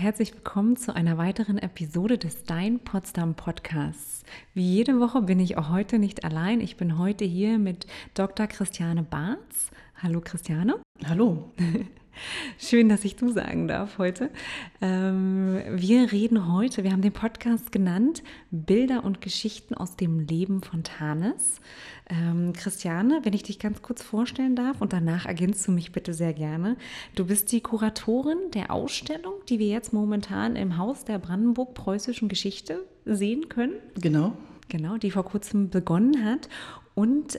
herzlich willkommen zu einer weiteren Episode des Dein Potsdam Podcasts. Wie jede Woche bin ich auch heute nicht allein. Ich bin heute hier mit Dr. Christiane Barz. Hallo Christiane. Hallo. Schön, dass ich du sagen darf heute. Wir haben den Podcast genannt Bilder und Geschichten aus dem Leben Fontanes. Christiane, wenn ich dich ganz kurz vorstellen darf und danach ergänzt du mich bitte sehr gerne. Du bist die Kuratorin der Ausstellung, die wir jetzt momentan im Haus der Brandenburg-Preußischen Geschichte sehen können. Genau, die vor kurzem begonnen hat. Und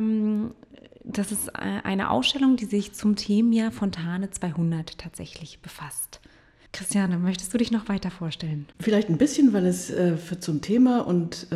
das ist eine Ausstellung, die sich zum Themenjahr Fontane 200 tatsächlich befasst. Christiane, möchtest du dich noch weiter vorstellen? vielleicht ein bisschen, weil es zum Thema und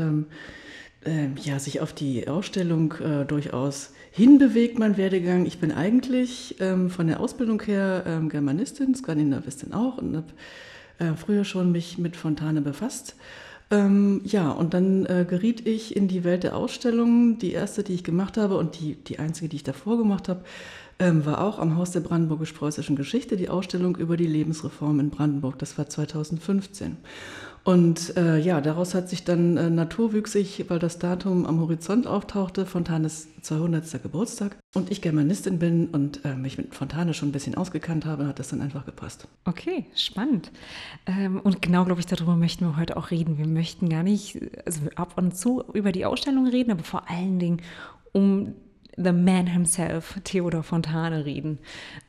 sich auf die Ausstellung durchaus hinbewegt, mein Werdegang. Ich bin eigentlich von der Ausbildung her Germanistin, Skandinavistin auch und habe früher schon mich mit Fontane befasst. Und dann geriet ich in die Welt der Ausstellungen. Die erste, die ich gemacht habe und die einzige, die ich davor gemacht habe, war auch am Haus der Brandenburgisch-Preußischen Geschichte, die Ausstellung über die Lebensreform in Brandenburg. Das war 2015. Und daraus hat sich dann naturwüchsig, weil das Datum am Horizont auftauchte, Fontanes 200. Geburtstag. Und ich Germanistin bin und mich mit Fontane schon ein bisschen ausgekannt habe, hat das dann einfach gepasst. Okay, spannend. Und genau, glaube ich, darüber möchten wir heute auch reden. Wir möchten gar nicht, also ab und zu über die Ausstellung reden, aber vor allen Dingen um the man himself, Theodor Fontane, reden.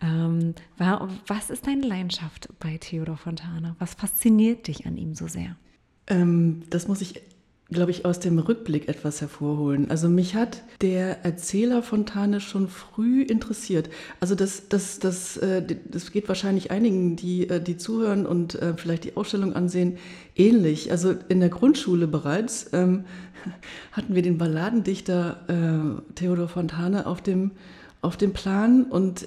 Was ist deine Leidenschaft bei Theodor Fontane? Was fasziniert dich an ihm so sehr? Das muss ich, glaube ich, aus dem Rückblick etwas hervorholen. Also mich hat der Erzähler Fontane schon früh interessiert. Also das geht wahrscheinlich einigen, die zuhören und vielleicht die Ausstellung ansehen, ähnlich. Also in der Grundschule bereits hatten wir den Balladendichter Theodor Fontane auf dem Plan und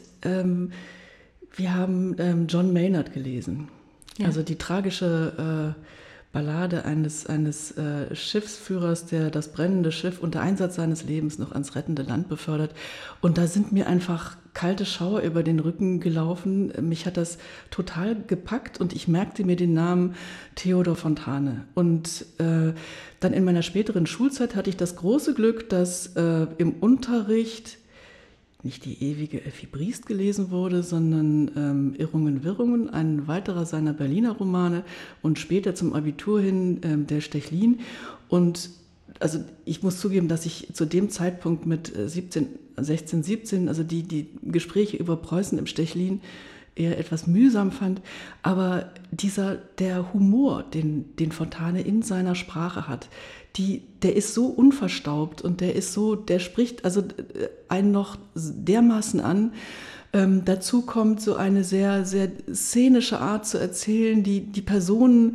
wir haben John Maynard gelesen. Ja. Also die tragische Ballade eines Schiffsführers, der das brennende Schiff unter Einsatz seines Lebens noch ans rettende Land befördert. Und da sind mir einfach kalte Schauer über den Rücken gelaufen. Mich hat das total gepackt und ich merkte mir den Namen Theodor Fontane. Und dann in meiner späteren Schulzeit hatte ich das große Glück, dass im Unterricht nicht die ewige Effi Briest gelesen wurde, sondern Irrungen, Wirrungen, ein weiterer seiner Berliner Romane und später zum Abitur hin der Stechlin. Und also ich muss zugeben, dass ich zu dem Zeitpunkt mit 16, 17, also die Gespräche über Preußen im Stechlin eher etwas mühsam fand, aber der Humor, den Fontane in seiner Sprache hat, der ist so unverstaubt und der spricht also einen noch dermaßen an. Dazu kommt so eine sehr, sehr szenische Art zu erzählen, die Personen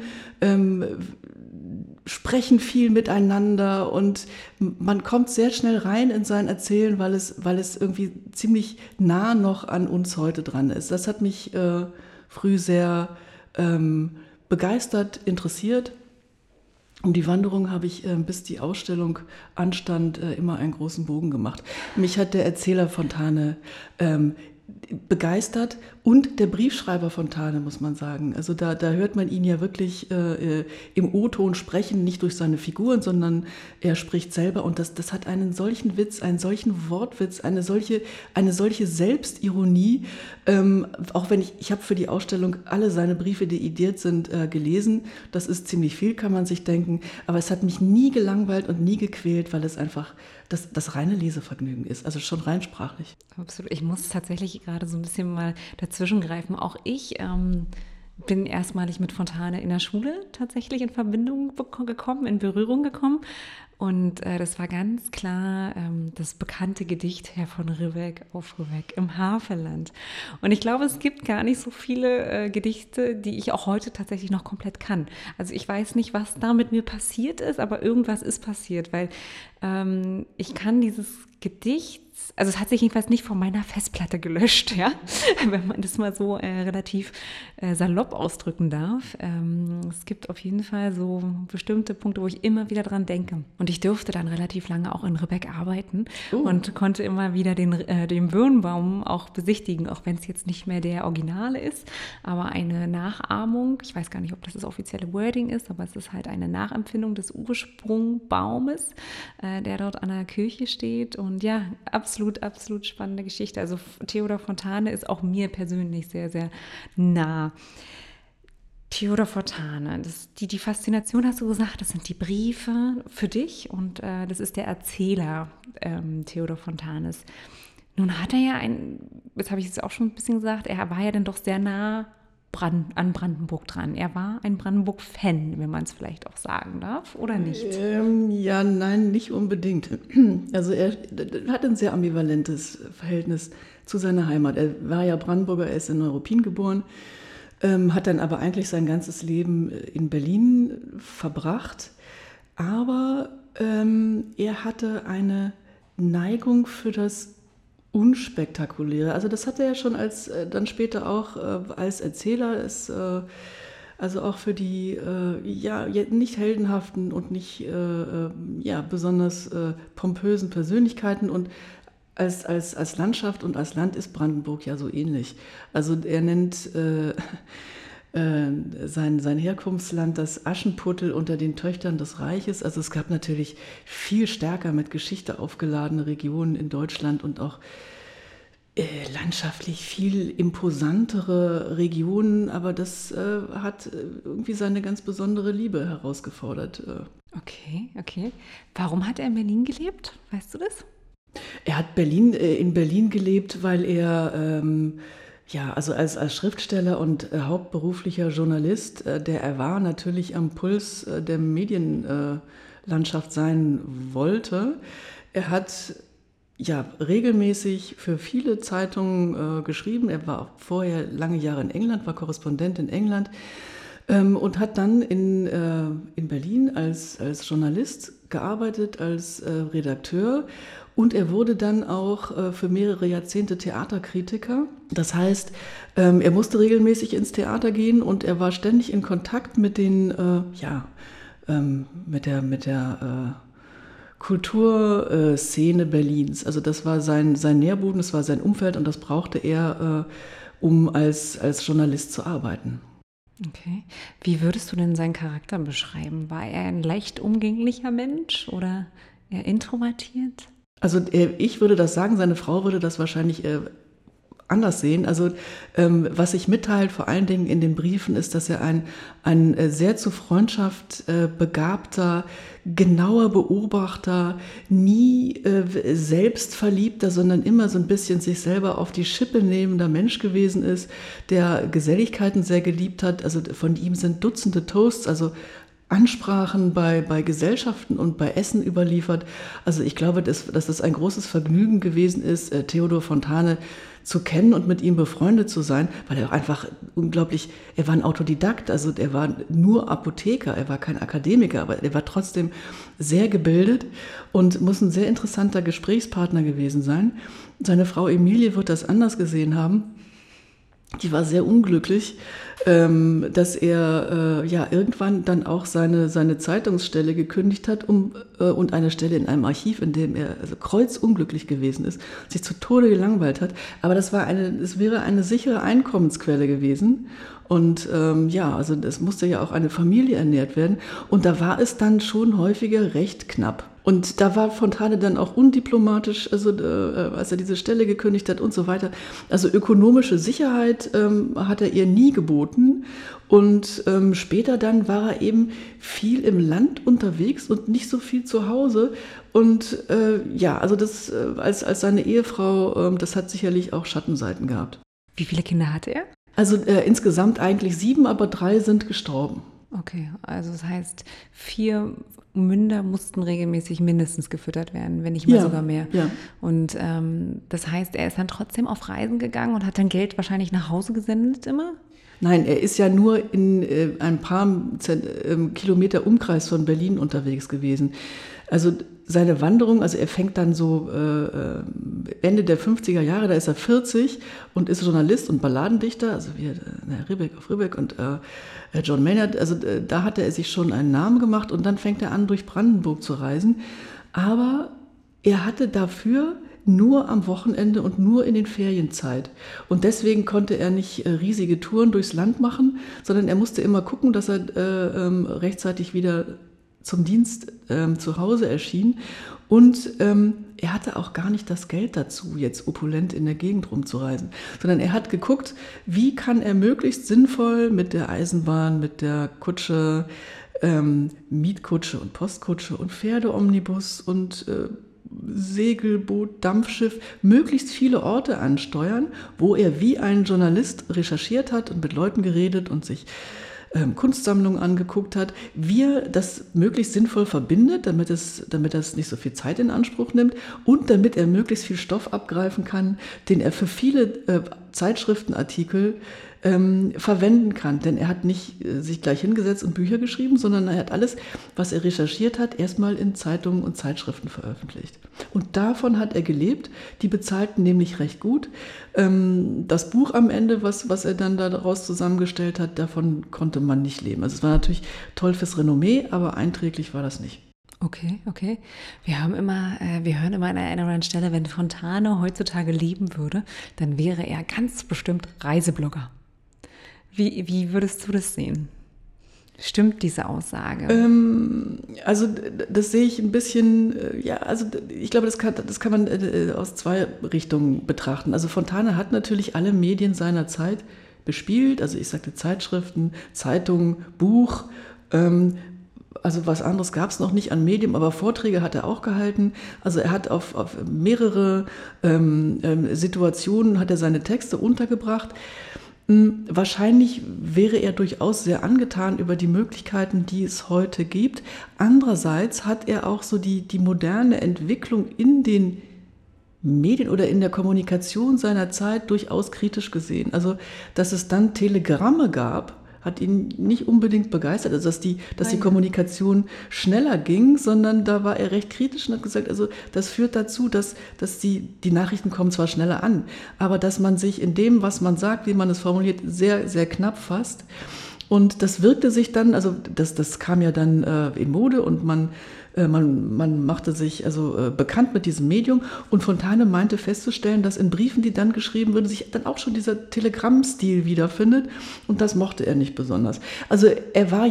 sprechen viel miteinander und man kommt sehr schnell rein in sein Erzählen, weil es irgendwie ziemlich nah noch an uns heute dran ist. Das hat mich früh sehr begeistert, interessiert. Um die Wanderung habe ich, bis die Ausstellung anstand, immer einen großen Bogen gemacht. Mich hat der Erzähler Fontane begeistert und der Briefschreiber Fontane, muss man sagen. Also da hört man ihn ja wirklich im O-Ton sprechen, nicht durch seine Figuren, sondern er spricht selber und das hat einen solchen Witz, einen solchen Wortwitz, eine solche Selbstironie. Auch wenn ich habe für die Ausstellung alle seine Briefe, die ediert sind, gelesen. Das ist ziemlich viel, kann man sich denken. Aber es hat mich nie gelangweilt und nie gequält, weil es einfach das reine Lesevergnügen ist, also schon rein sprachlich. Absolut. Ich muss tatsächlich gerade so ein bisschen mal dazwischen greifen. Auch ich bin erstmalig mit Fontane in der Schule tatsächlich in Berührung gekommen. Und das war ganz klar das bekannte Gedicht Herr von Ribbeck auf Ribbeck im Havelland. Und ich glaube, es gibt gar nicht so viele Gedichte, die ich auch heute tatsächlich noch komplett kann. Also ich weiß nicht, was da mit mir passiert ist, aber irgendwas ist passiert, weil ich kann dieses Gedicht, also es hat sich jedenfalls nicht von meiner Festplatte gelöscht, ja, wenn man das mal so relativ salopp ausdrücken darf. Es gibt auf jeden Fall so bestimmte Punkte, wo ich immer wieder dran denke. Und Und ich durfte dann relativ lange auch in Ribbeck arbeiten Oh. und konnte immer wieder den Birnbaum auch besichtigen, auch wenn es jetzt nicht mehr der Originale ist, aber eine Nachahmung. Ich weiß gar nicht, ob das offizielle Wording ist, aber es ist halt eine Nachempfindung des Ursprungbaumes, der dort an der Kirche steht. Und ja, absolut, absolut spannende Geschichte. Also Theodor Fontane ist auch mir persönlich sehr, sehr nah. Theodor Fontane, die Faszination, hast du gesagt, das sind die Briefe für dich und das ist der Erzähler Theodor Fontanes. Nun hat er ja jetzt habe ich es auch schon ein bisschen gesagt, er war ja dann doch sehr nah an Brandenburg dran. Er war ein Brandenburg-Fan, wenn man es vielleicht auch sagen darf, oder nicht? Ja, nein, nicht unbedingt. Also er hat ein sehr ambivalentes Verhältnis zu seiner Heimat. Er war ja Brandenburger, er ist in Neuruppin geboren, hat dann aber eigentlich sein ganzes Leben in Berlin verbracht. Aber er hatte eine Neigung für das Unspektakuläre. Also das hatte er schon dann später auch als Erzähler. Also auch für die nicht heldenhaften und nicht besonders pompösen Persönlichkeiten und als Landschaft und als Land ist Brandenburg ja so ähnlich. Also er nennt sein Herkunftsland das Aschenputtel unter den Töchtern des Reiches. Also es gab natürlich viel stärker mit Geschichte aufgeladene Regionen in Deutschland und auch landschaftlich viel imposantere Regionen, aber das hat irgendwie seine ganz besondere Liebe herausgefordert. Okay. Warum hat er in Berlin gelebt? Weißt du das? Er hat in Berlin gelebt, weil er also als Schriftsteller und hauptberuflicher Journalist, er war natürlich am Puls der Medienlandschaft sein wollte. Er hat regelmäßig für viele Zeitungen geschrieben. Er war vorher lange Jahre in England, war Korrespondent in England und hat dann in Berlin als Journalist gearbeitet, als Redakteur. Und er wurde dann auch für mehrere Jahrzehnte Theaterkritiker. Das heißt, er musste regelmäßig ins Theater gehen und er war ständig in Kontakt mit mit der Kulturszene Berlins. Also das war sein Nährboden, das war sein Umfeld und das brauchte er, um als Journalist zu arbeiten. Okay. Wie würdest du denn seinen Charakter beschreiben? War er ein leicht umgänglicher Mensch oder eher introvertiert? Also ich würde das sagen, seine Frau würde das wahrscheinlich anders sehen. Also was sich mitteilt, vor allen Dingen in den Briefen, ist, dass er ein sehr zu Freundschaft begabter, genauer Beobachter, nie selbstverliebter, sondern immer so ein bisschen sich selber auf die Schippe nehmender Mensch gewesen ist, der Geselligkeiten sehr geliebt hat. Also von ihm sind Dutzende Toasts, also Ansprachen bei Gesellschaften und bei Essen überliefert. Also ich glaube, dass das ein großes Vergnügen gewesen ist, Theodor Fontane zu kennen und mit ihm befreundet zu sein, weil er auch einfach er war ein Autodidakt, also er war nur Apotheker, er war kein Akademiker, aber er war trotzdem sehr gebildet und muss ein sehr interessanter Gesprächspartner gewesen sein. Seine Frau Emilie wird das anders gesehen haben. Die war sehr unglücklich, dass er irgendwann dann auch seine Zeitungsstelle gekündigt hat und eine Stelle in einem Archiv, in dem er kreuzunglücklich gewesen ist, sich zu Tode gelangweilt hat. Aber es wäre eine sichere Einkommensquelle gewesen. Und also es musste ja auch eine Familie ernährt werden. Und da war es dann schon häufiger recht knapp. Und da war Fontane dann auch undiplomatisch, als er diese Stelle gekündigt hat und so weiter. Also ökonomische Sicherheit hat er ihr nie geboten. Und später dann war er eben viel im Land unterwegs und nicht so viel zu Hause. Und das als seine Ehefrau, das hat sicherlich auch Schattenseiten gehabt. Wie viele Kinder hatte er? Also insgesamt eigentlich 7, aber 3 sind gestorben. Okay, also das heißt, 4 Münder mussten regelmäßig mindestens gefüttert werden, wenn nicht mal sogar mehr. Ja. Und das heißt, er ist dann trotzdem auf Reisen gegangen und hat dann Geld wahrscheinlich nach Hause gesendet immer? Nein, er ist ja nur in ein paar Kilometer Umkreis von Berlin unterwegs gewesen. Also seine Wanderung, also er fängt dann so Ende der 50er Jahre, da ist er 40 und ist Journalist und Balladendichter, also wie Ribbeck auf Ribbeck und John Maynard, also da hatte er sich schon einen Namen gemacht und dann fängt er an, durch Brandenburg zu reisen. Aber er hatte dafür nur am Wochenende und nur in den Ferien Zeit. Und deswegen konnte er nicht riesige Touren durchs Land machen, sondern er musste immer gucken, dass er rechtzeitig wieder zum Dienst zu Hause erschien. Und er hatte auch gar nicht das Geld dazu, jetzt opulent in der Gegend rumzureisen, sondern er hat geguckt, wie kann er möglichst sinnvoll mit der Eisenbahn, mit der Kutsche, Mietkutsche und Postkutsche und Pferdeomnibus und Segelboot, Dampfschiff, möglichst viele Orte ansteuern, wo er wie ein Journalist recherchiert hat und mit Leuten geredet und sich Kunstsammlungen angeguckt hat, wie er das möglichst sinnvoll verbindet, damit das nicht so viel Zeit in Anspruch nimmt und damit er möglichst viel Stoff abgreifen kann, den er für viele Zeitschriftenartikel verwenden kann. Denn er hat nicht sich gleich hingesetzt und Bücher geschrieben, sondern er hat alles, was er recherchiert hat, erstmal in Zeitungen und Zeitschriften veröffentlicht. Und davon hat er gelebt. Die bezahlten nämlich recht gut. Das Buch am Ende, was er dann daraus zusammengestellt hat, davon konnte man nicht leben. Also es war natürlich toll fürs Renommee, aber einträglich war das nicht. Okay. Wir hören immer an einer oder anderen Stelle, wenn Fontane heutzutage leben würde, dann wäre er ganz bestimmt Reiseblogger. Wie würdest du das sehen? Stimmt diese Aussage? Also das sehe ich ein bisschen, ich glaube, das kann man aus zwei Richtungen betrachten. Also Fontane hat natürlich alle Medien seiner Zeit bespielt, also ich sagte Zeitschriften, Zeitungen, Buch, also was anderes gab es noch nicht an Medium, aber Vorträge hat er auch gehalten. Also er hat auf mehrere Situationen hat er seine Texte untergebracht. Wahrscheinlich wäre er durchaus sehr angetan über die Möglichkeiten, die es heute gibt. Andererseits hat er auch so die moderne Entwicklung in den Medien oder in der Kommunikation seiner Zeit durchaus kritisch gesehen. Also, dass es dann Telegramme gab, hat ihn nicht unbedingt begeistert, also dass die Kommunikation schneller ging, sondern da war er recht kritisch und hat gesagt, also das führt dazu, dass die Nachrichten kommen zwar schneller an, aber dass man sich in dem, was man sagt, wie man es formuliert, sehr, sehr knapp fasst. Und das wirkte sich dann, also das kam ja dann in Mode und man machte sich also bekannt mit diesem Medium und Fontane meinte festzustellen, dass in Briefen, die dann geschrieben würden, sich dann auch schon dieser Telegrammstil wiederfindet und das mochte er nicht besonders. Also er war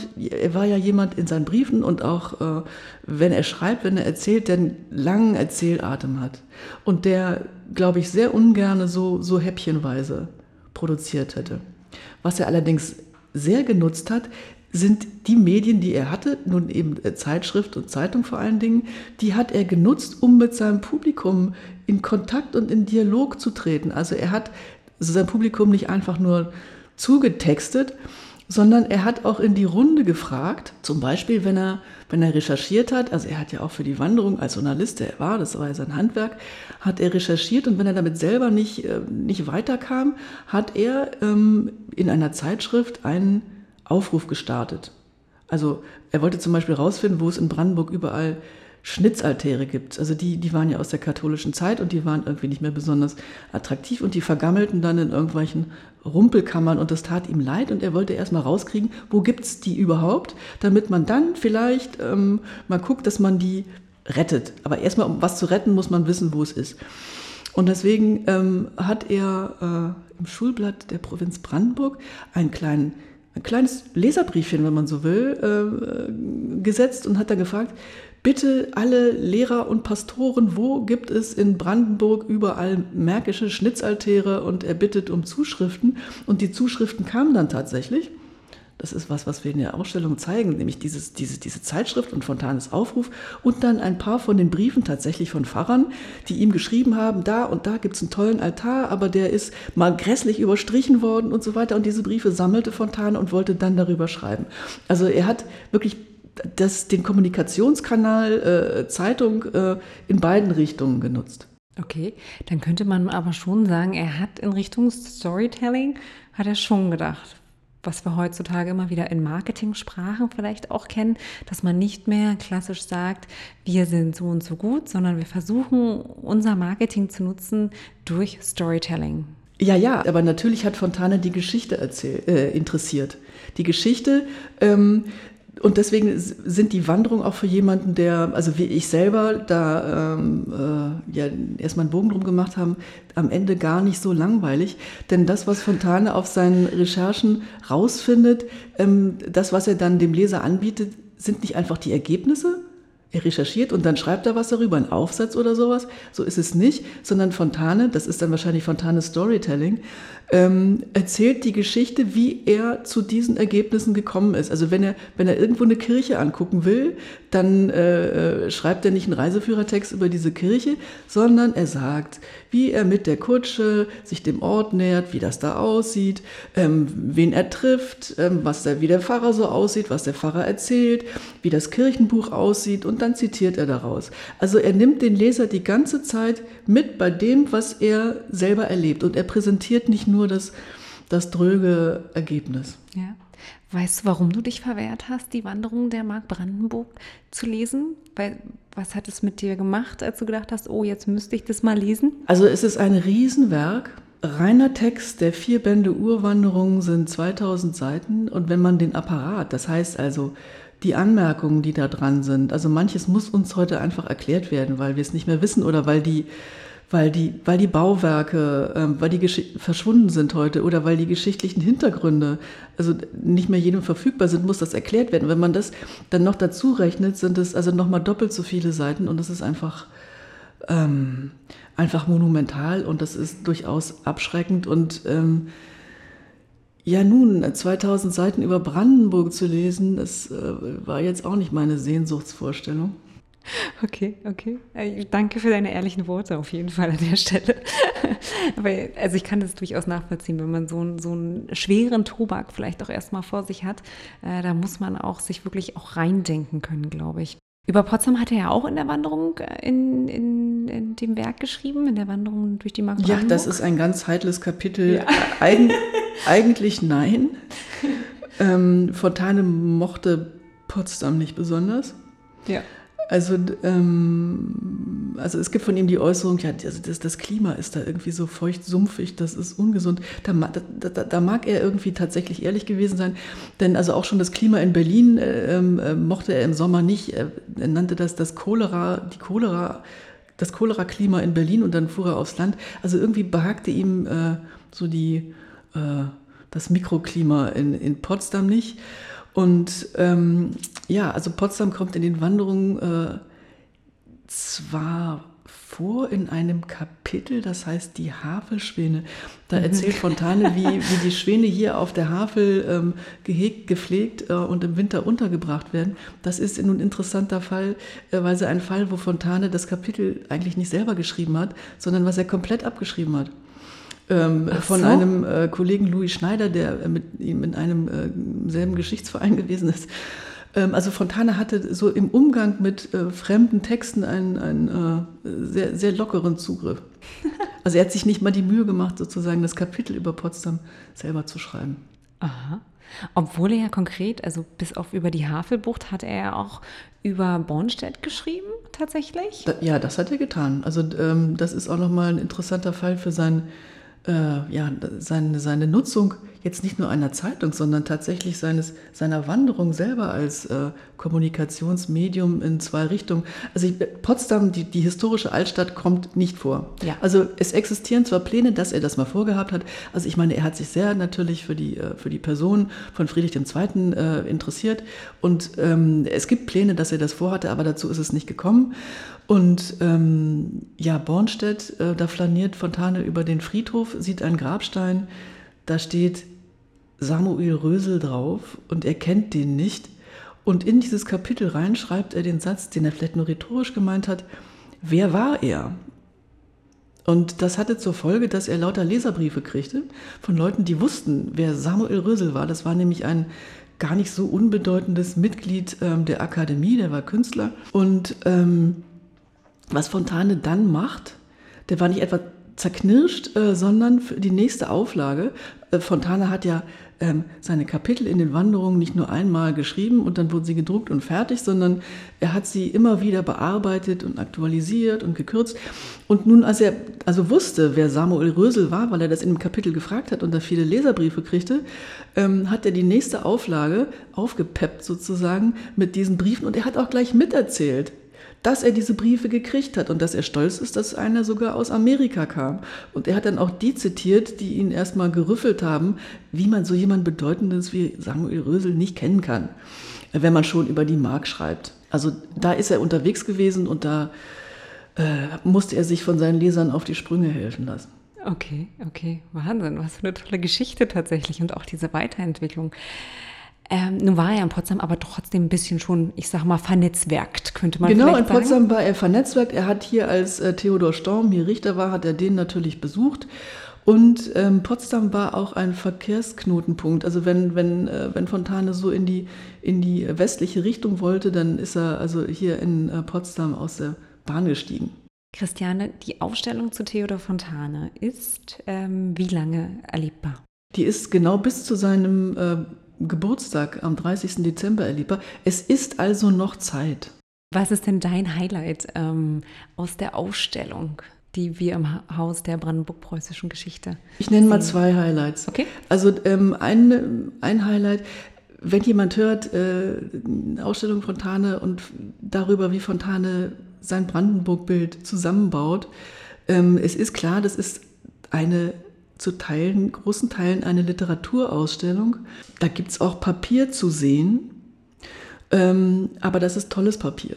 ja jemand in seinen Briefen und auch wenn er schreibt, wenn er erzählt, der einen langen Erzählatem hat und der, glaube ich, sehr ungerne so häppchenweise produziert hätte. Was er allerdings sehr genutzt hat, sind die Medien, die er hatte, nun eben Zeitschrift und Zeitung vor allen Dingen, die hat er genutzt, um mit seinem Publikum in Kontakt und in Dialog zu treten. Also er hat sein Publikum nicht einfach nur zugetextet, sondern er hat auch in die Runde gefragt, zum Beispiel, wenn er recherchiert hat, also er hat ja auch für die Wanderung als Journalist, das war ja sein Handwerk, hat er recherchiert und wenn er damit selber nicht weiterkam, hat er in einer Zeitschrift einen Aufruf gestartet. Also er wollte zum Beispiel rausfinden, wo es in Brandenburg überall Schnitzaltäre gibt. Also die waren ja aus der katholischen Zeit und die waren irgendwie nicht mehr besonders attraktiv und die vergammelten dann in irgendwelchen Rumpelkammern und das tat ihm leid und er wollte erstmal rauskriegen, wo gibt's die überhaupt, damit man dann vielleicht mal guckt, dass man die rettet. Aber erstmal, um was zu retten, muss man wissen, wo es ist. Und deswegen hat er im Schulblatt der Provinz Brandenburg ein kleines Leserbriefchen, wenn man so will, gesetzt und hat dann gefragt, bitte alle Lehrer und Pastoren, wo gibt es in Brandenburg überall märkische Schnitzaltäre und er bittet um Zuschriften und die Zuschriften kamen dann tatsächlich. Das ist was wir in der Ausstellung zeigen, nämlich diese Zeitschrift und Fontanes Aufruf und dann ein paar von den Briefen tatsächlich von Pfarrern, die ihm geschrieben haben, da und da gibt es einen tollen Altar, aber der ist mal grässlich überstrichen worden und so weiter. Und diese Briefe sammelte Fontane und wollte dann darüber schreiben. Also er hat wirklich den Kommunikationskanal Zeitung in beiden Richtungen genutzt. Okay, dann könnte man aber schon sagen, er hat in Richtung Storytelling, hat er schon gedacht. was wir heutzutage immer wieder in Marketing-Sprachen vielleicht auch kennen, dass man nicht mehr klassisch sagt, wir sind so und so gut, sondern wir versuchen, unser Marketing zu nutzen durch Storytelling. Ja, aber natürlich hat Fontane die Geschichte interessiert. Die Geschichte, und deswegen sind die Wanderungen auch für jemanden, der, also wie ich selber, da erstmal einen Bogen drum gemacht haben, am Ende gar nicht so langweilig. Denn das, was Fontane auf seinen Recherchen rausfindet, das, was er dann dem Leser anbietet, sind nicht einfach die Ergebnisse. Er recherchiert und dann schreibt er was darüber, einen Aufsatz oder sowas. So ist es nicht, sondern Fontane, das ist dann wahrscheinlich Fontanes Storytelling, erzählt die Geschichte, wie er zu diesen Ergebnissen gekommen ist. Also wenn er irgendwo eine Kirche angucken will, dann schreibt er nicht einen Reiseführertext über diese Kirche, sondern er sagt, wie er mit der Kutsche sich dem Ort nähert, wie das da aussieht, wen er trifft, wie der Pfarrer so aussieht, was der Pfarrer erzählt, wie das Kirchenbuch aussieht und dann zitiert er daraus. Also er nimmt den Leser die ganze Zeit mit bei dem, was er selber erlebt und er präsentiert nicht nur das dröge Ergebnis. Ja. Weißt du, warum du dich verwehrt hast, die Wanderung der Mark Brandenburg zu lesen? Was hat es mit dir gemacht, als du gedacht hast, oh, jetzt müsste ich das mal lesen? Also es ist ein Riesenwerk. Reiner Text der 4 Bände Urwanderung sind 2000 Seiten. Und wenn man den Apparat, das heißt also die Anmerkungen, die da dran sind, also manches muss uns heute einfach erklärt werden, weil wir es nicht mehr wissen oder weil die Bauwerke, weil die verschwunden sind heute oder weil die geschichtlichen Hintergründe also nicht mehr jedem verfügbar sind, muss das erklärt werden. Wenn man das dann noch dazu rechnet, sind es also nochmal doppelt so viele Seiten und das ist einfach monumental und das ist durchaus abschreckend und 2000 Seiten über Brandenburg zu lesen, das war jetzt auch nicht meine Sehnsuchtsvorstellung. Okay. Danke für deine ehrlichen Worte auf jeden Fall an der Stelle. Also ich kann das durchaus nachvollziehen, wenn man so einen schweren Tobak vielleicht auch erstmal vor sich hat, da muss man auch sich wirklich auch reindenken können, glaube ich. Über Potsdam hat er ja auch in der Wanderung in dem Werk geschrieben, in der Wanderung durch die Mark Brandenburg. Ja, das ist ein ganz heikles Kapitel. Ja. Eigentlich nein. Fontane mochte Potsdam nicht besonders. Ja. Also es gibt von ihm die Äußerung, ja, das Klima ist da irgendwie so feucht, sumpfig, das ist ungesund. Da mag er irgendwie tatsächlich ehrlich gewesen sein, denn also auch schon das Klima in Berlin mochte er im Sommer nicht. Er nannte das Cholera-Klima in Berlin und dann fuhr er aufs Land. Also irgendwie behagte ihm das Mikroklima in Potsdam nicht. Und also Potsdam kommt in den Wanderungen zwar vor in einem Kapitel, das heißt die Havelschwäne. Da erzählt Fontane, wie die Schwäne hier auf der Havel gehegt, gepflegt und im Winter untergebracht werden. Das ist nun ein interessanter Fall, weil es ein Fall, wo Fontane das Kapitel eigentlich nicht selber geschrieben hat, sondern was er komplett abgeschrieben hat. Von einem Kollegen Louis Schneider, der mit ihm in einem selben Geschichtsverein gewesen ist. Also Fontane hatte so im Umgang mit fremden Texten einen sehr, sehr lockeren Zugriff. Also er hat sich nicht mal die Mühe gemacht, sozusagen das Kapitel über Potsdam selber zu schreiben. Aha. Obwohl er ja konkret, also bis auf über die Havelbucht, hat er ja auch über Bornstedt geschrieben, tatsächlich? Ja, das hat er getan. Also das ist auch nochmal ein interessanter Fall für seine Nutzung jetzt nicht nur einer Zeitung, sondern tatsächlich seiner Wanderung selber als Kommunikationsmedium in 2 Richtungen. Also Potsdam, die historische Altstadt, kommt nicht vor. Ja. Also es existieren zwar Pläne, dass er das mal vorgehabt hat. Also ich meine, er hat sich sehr natürlich für die Person von Friedrich II. Interessiert und es gibt Pläne, dass er das vorhatte, aber dazu ist es nicht gekommen. Und Bornstedt, da flaniert Fontane über den Friedhof, sieht einen Grabstein, da steht Samuel Rösel drauf und er kennt den nicht. Und in dieses Kapitel rein schreibt er den Satz, den er vielleicht nur rhetorisch gemeint hat, wer war er? Und das hatte zur Folge, dass er lauter Leserbriefe kriegte von Leuten, die wussten, wer Samuel Rösel war. Das war nämlich ein gar nicht so unbedeutendes Mitglied der Akademie, der war Künstler. Und was Fontane dann macht, der war nicht etwa zerknirscht, sondern für die nächste Auflage, Fontane hat ja seine Kapitel in den Wanderungen nicht nur einmal geschrieben und dann wurden sie gedruckt und fertig, sondern er hat sie immer wieder bearbeitet und aktualisiert und gekürzt. Und nun, als er also wusste, wer Samuel Rösel war, weil er das in dem Kapitel gefragt hat und da viele Leserbriefe kriegte, hat er die nächste Auflage aufgepeppt sozusagen mit diesen Briefen. Und er hat auch gleich miterzählt, dass er diese Briefe gekriegt hat und dass er stolz ist, dass einer sogar aus Amerika kam. Und er hat dann auch die zitiert, die ihn erstmal gerüffelt haben, wie man so jemand Bedeutendes wie Samuel Rösel nicht kennen kann, wenn man schon über die Mark schreibt. Also da ist er unterwegs gewesen und da musste er sich von seinen Lesern auf die Sprünge helfen lassen. Okay, Wahnsinn, was für eine tolle Geschichte tatsächlich und auch diese Weiterentwicklung. Nun war er in Potsdam aber trotzdem ein bisschen schon, ich sag mal, vernetzwerkt, könnte man vielleicht sagen. Genau, in Potsdam war er vernetzwerkt. Er hat hier, als Theodor Storm hier Richter war, hat er den natürlich besucht. Und Potsdam war auch ein Verkehrsknotenpunkt. Also wenn Fontane so in die westliche Richtung wollte, dann ist er also hier in Potsdam aus der Bahn gestiegen. Christiane, die Ausstellung zu Theodor Fontane ist wie lange erlebbar? Die ist genau bis zu seinem Geburtstag am 30. Dezember erlebbar. Es ist also noch Zeit. Was ist denn dein Highlight aus der Ausstellung, die wir im Haus der Brandenburg-Preußischen Geschichte Ich nenne mal 2 Highlights. Okay. Also ein Highlight, wenn jemand hört, Ausstellung Fontane und darüber, wie Fontane sein Brandenburg-Bild zusammenbaut. Es ist klar, das ist eine großen Teilen eine Literaturausstellung. Da gibt es auch Papier zu sehen, aber das ist tolles Papier.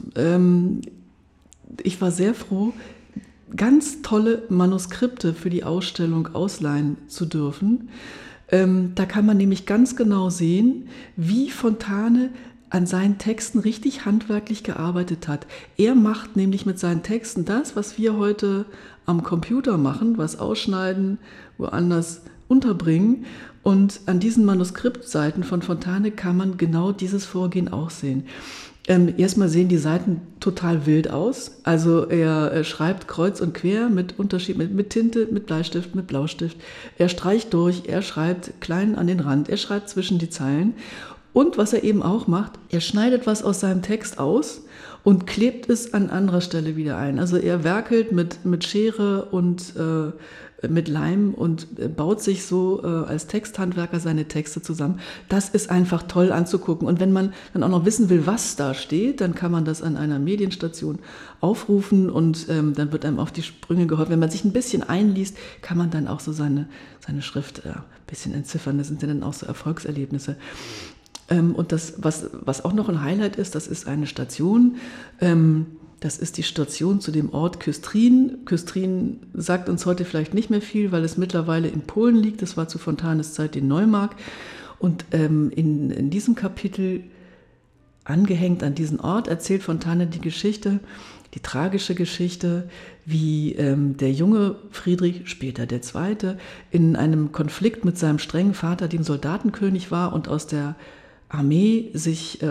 Ich war sehr froh, ganz tolle Manuskripte für die Ausstellung ausleihen zu dürfen. Da kann man nämlich ganz genau sehen, wie Fontane an seinen Texten richtig handwerklich gearbeitet hat. Er macht nämlich mit seinen Texten das, was wir heute am Computer machen, was ausschneiden, woanders unterbringen. Und an diesen Manuskriptseiten von Fontane kann man genau dieses Vorgehen auch sehen. Erstmal sehen die Seiten total wild aus. Also er schreibt kreuz und quer mit Tinte, mit Bleistift, mit Blaustift. Er streicht durch, er schreibt klein an den Rand, er schreibt zwischen die Zeilen. Und was er eben auch macht, er schneidet was aus seinem Text aus und klebt es an anderer Stelle wieder ein. Also er werkelt mit Schere und mit Leim und baut sich so als Texthandwerker seine Texte zusammen. Das ist einfach toll anzugucken. Und wenn man dann auch noch wissen will, was da steht, dann kann man das an einer Medienstation aufrufen und dann wird einem auf die Sprünge geholfen. Wenn man sich ein bisschen einliest, kann man dann auch so seine Schrift ein bisschen entziffern. Das sind ja dann auch so Erfolgserlebnisse. Und das, was auch noch ein Highlight ist, das ist eine Station. Das ist die Station zu dem Ort Küstrin. Küstrin sagt uns heute vielleicht nicht mehr viel, weil es mittlerweile in Polen liegt. Das war zu Fontanes Zeit in Neumark. Und in diesem Kapitel, angehängt an diesen Ort, erzählt Fontane die Geschichte, die tragische Geschichte, wie der junge Friedrich, später der Zweite, in einem Konflikt mit seinem strengen Vater, dem Soldatenkönig war und aus der Armee sich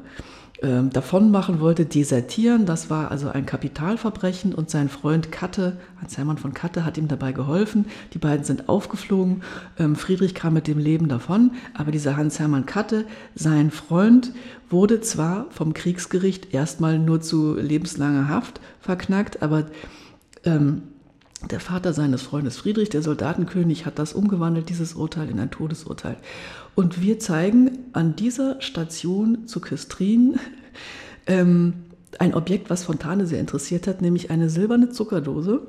davon machen wollte, desertieren. Das war also ein Kapitalverbrechen und sein Freund Katte, Hans Hermann von Katte, hat ihm dabei geholfen. Die beiden sind aufgeflogen. Friedrich kam mit dem Leben davon, aber dieser Hans Hermann Katte, sein Freund, wurde zwar vom Kriegsgericht erstmal nur zu lebenslanger Haft verknackt, aber der Vater seines Freundes Friedrich, der Soldatenkönig, hat das umgewandelt, dieses Urteil, in ein Todesurteil. Und wir zeigen an dieser Station zu Küstrin ein Objekt, was Fontane sehr interessiert hat, nämlich eine silberne Zuckerdose.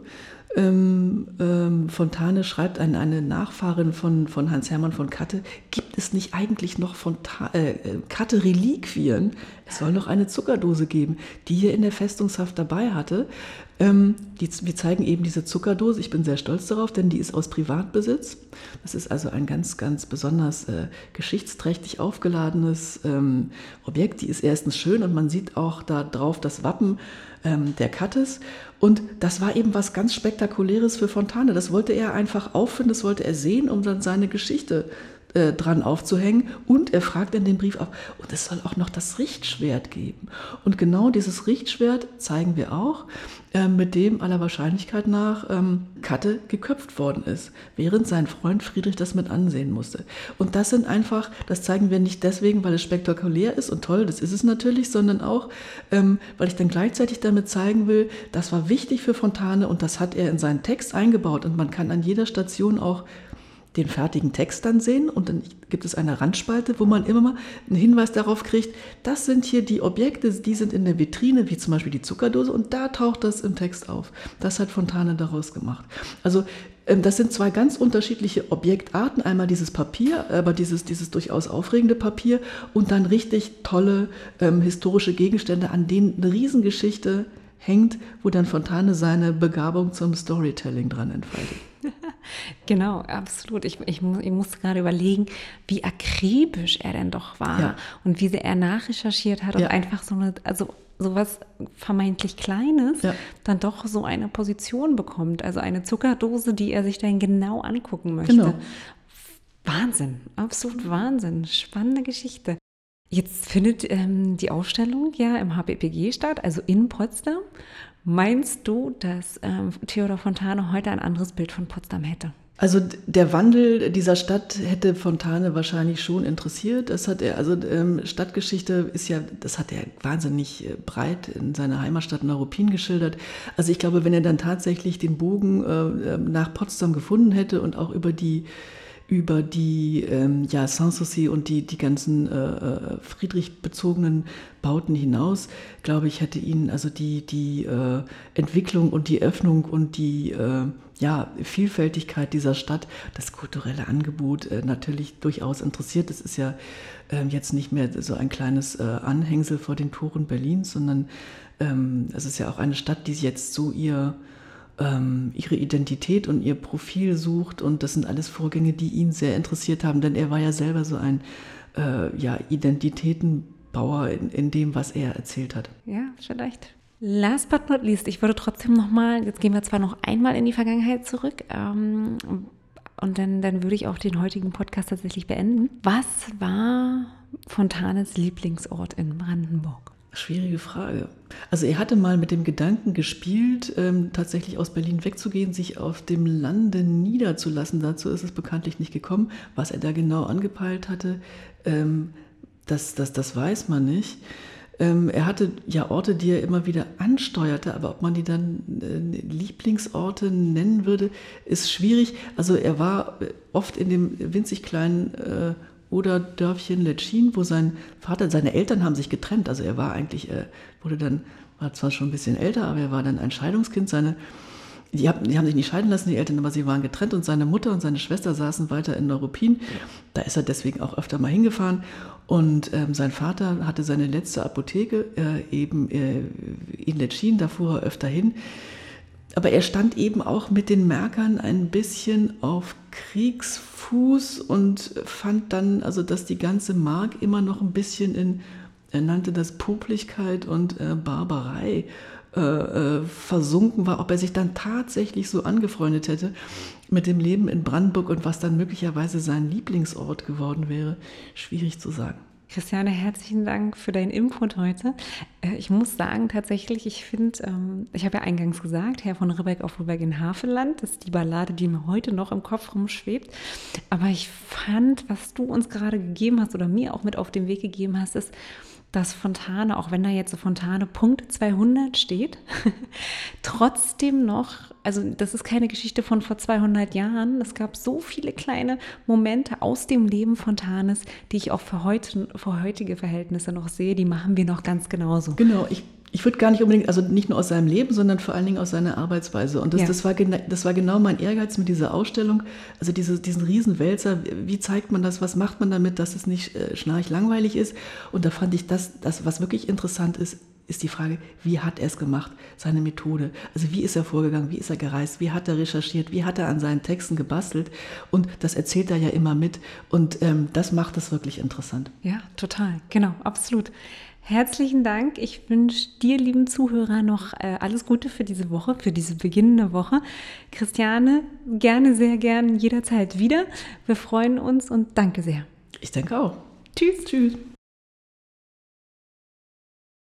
Fontane schreibt an eine Nachfahrin von Hans Hermann von Katte, gibt es nicht eigentlich noch Katte-Reliquien? Es soll noch eine Zuckerdose geben, die er in der Festungshaft dabei hatte. Wir zeigen eben diese Zuckerdose. Ich bin sehr stolz darauf, denn die ist aus Privatbesitz. Das ist also ein ganz, ganz besonders geschichtsträchtig aufgeladenes Objekt. Die ist erstens schön und man sieht auch da drauf das Wappen der Kattes. Und das war eben was ganz Spektakuläres für Fontane. Das wollte er einfach auffinden, das wollte er sehen, um dann seine Geschichte dran aufzuhängen. Und er fragt in dem Brief auch, und es soll auch noch das Richtschwert geben. Und genau dieses Richtschwert zeigen wir auch, mit dem aller Wahrscheinlichkeit nach Katte geköpft worden ist, während sein Freund Friedrich das mit ansehen musste. Und das sind einfach, das zeigen wir nicht deswegen, weil es spektakulär ist und toll, das ist es natürlich, sondern auch, weil ich dann gleichzeitig damit zeigen will, das war wichtig für Fontane und das hat er in seinen Text eingebaut. Und man kann an jeder Station auch den fertigen Text dann sehen und dann gibt es eine Randspalte, wo man immer mal einen Hinweis darauf kriegt, das sind hier die Objekte, die sind in der Vitrine, wie zum Beispiel die Zuckerdose und da taucht das im Text auf. Das hat Fontane daraus gemacht. Also das sind zwei ganz unterschiedliche Objektarten, einmal dieses Papier, aber dieses durchaus aufregende Papier und dann richtig tolle historische Gegenstände, an denen eine Riesengeschichte hängt, wo dann Fontane seine Begabung zum Storytelling dran entfaltet. Genau, absolut. Ich musste gerade überlegen, wie akribisch er denn doch war und wie sehr er nachrecherchiert hat und einfach sowas vermeintlich Kleines dann doch so eine Position bekommt. Also eine Zuckerdose, die er sich dann genau angucken möchte. Genau. Wahnsinn, absolut Wahnsinn. Spannende Geschichte. Jetzt findet die Ausstellung ja im HPPG statt, also in Potsdam. Meinst du, dass Theodor Fontane heute ein anderes Bild von Potsdam hätte? Also der Wandel dieser Stadt hätte Fontane wahrscheinlich schon interessiert. Das hat er, also Stadtgeschichte das hat er wahnsinnig breit in seiner Heimatstadt Neuruppin geschildert. Also ich glaube, wenn er dann tatsächlich den Bogen nach Potsdam gefunden hätte und auch über die Sanssouci und die ganzen Friedrich-bezogenen Bauten hinaus, glaube ich, hätte ihn also die Entwicklung und die Öffnung und die Vielfältigkeit dieser Stadt, das kulturelle Angebot natürlich durchaus interessiert. Das ist ja jetzt nicht mehr so ein kleines Anhängsel vor den Toren Berlins, sondern es ist ja auch eine Stadt, die jetzt so ihre Identität und ihr Profil sucht und das sind alles Vorgänge, die ihn sehr interessiert haben, denn er war ja selber so ein Identitätenbauer in dem, was er erzählt hat. Ja, vielleicht. Last but not least, ich würde trotzdem nochmal, jetzt gehen wir zwar noch einmal in die Vergangenheit zurück und dann würde ich auch den heutigen Podcast tatsächlich beenden. Was war Fontanes Lieblingsort in Brandenburg? Schwierige Frage. Also er hatte mal mit dem Gedanken gespielt, tatsächlich aus Berlin wegzugehen, sich auf dem Lande niederzulassen. Dazu ist es bekanntlich nicht gekommen. Was er da genau angepeilt hatte, das weiß man nicht. Er hatte ja Orte, die er immer wieder ansteuerte, aber ob man die dann Lieblingsorte nennen würde, ist schwierig. Also er war oft in dem winzig kleinen oder Dörfchen Letschin, wo sein Vater, seine Eltern haben sich getrennt. Also er war eigentlich, war zwar schon ein bisschen älter, aber er war dann ein Scheidungskind. Die haben sich nicht scheiden lassen, die Eltern, aber sie waren getrennt und seine Mutter und seine Schwester saßen weiter in Neuruppin. Da ist er deswegen auch öfter mal hingefahren. Und sein Vater hatte seine letzte Apotheke eben in Letschin, da fuhr er öfter hin. Aber er stand eben auch mit den Märkern ein bisschen auf Kriegsfuß und fand dann, also dass die ganze Mark immer noch ein bisschen er nannte das Poplichkeit und Barbarei versunken war, ob er sich dann tatsächlich so angefreundet hätte mit dem Leben in Brandenburg und was dann möglicherweise sein Lieblingsort geworden wäre, schwierig zu sagen. Christiane, herzlichen Dank für deinen Input heute. Ich muss sagen, tatsächlich, ich finde, ich habe ja eingangs gesagt, Herr von Ribbeck auf Ribbeck in Havelland, das ist die Ballade, die mir heute noch im Kopf rumschwebt. Aber ich fand, was du uns gerade gegeben hast oder mir auch mit auf den Weg gegeben hast, ist, dass Fontane, auch wenn da jetzt so Fontane Punkt 200 steht, trotzdem noch, also das ist keine Geschichte von vor 200 Jahren, es gab so viele kleine Momente aus dem Leben Fontanes, die ich auch für heutige Verhältnisse noch sehe, die machen wir noch ganz genauso. Genau, ich würde gar nicht unbedingt, also nicht nur aus seinem Leben, sondern vor allen Dingen aus seiner Arbeitsweise. Und das war genau mein Ehrgeiz mit dieser Ausstellung. Also diesen Riesenwälzer, wie zeigt man das, was macht man damit, dass es nicht schnarchlangweilig ist? Und da fand ich das, was wirklich interessant ist die Frage, wie hat er es gemacht, seine Methode? Also wie ist er vorgegangen, wie ist er gereist, wie hat er recherchiert, wie hat er an seinen Texten gebastelt? Und das erzählt er ja immer mit. Und das macht es wirklich interessant. Ja, total, genau, absolut. Herzlichen Dank. Ich wünsche dir, lieben Zuhörer, noch alles Gute für diese Woche, für diese beginnende Woche. Christiane, gerne, sehr gern, jederzeit wieder. Wir freuen uns und danke sehr. Ich denke auch. Tschüss. Tschüss.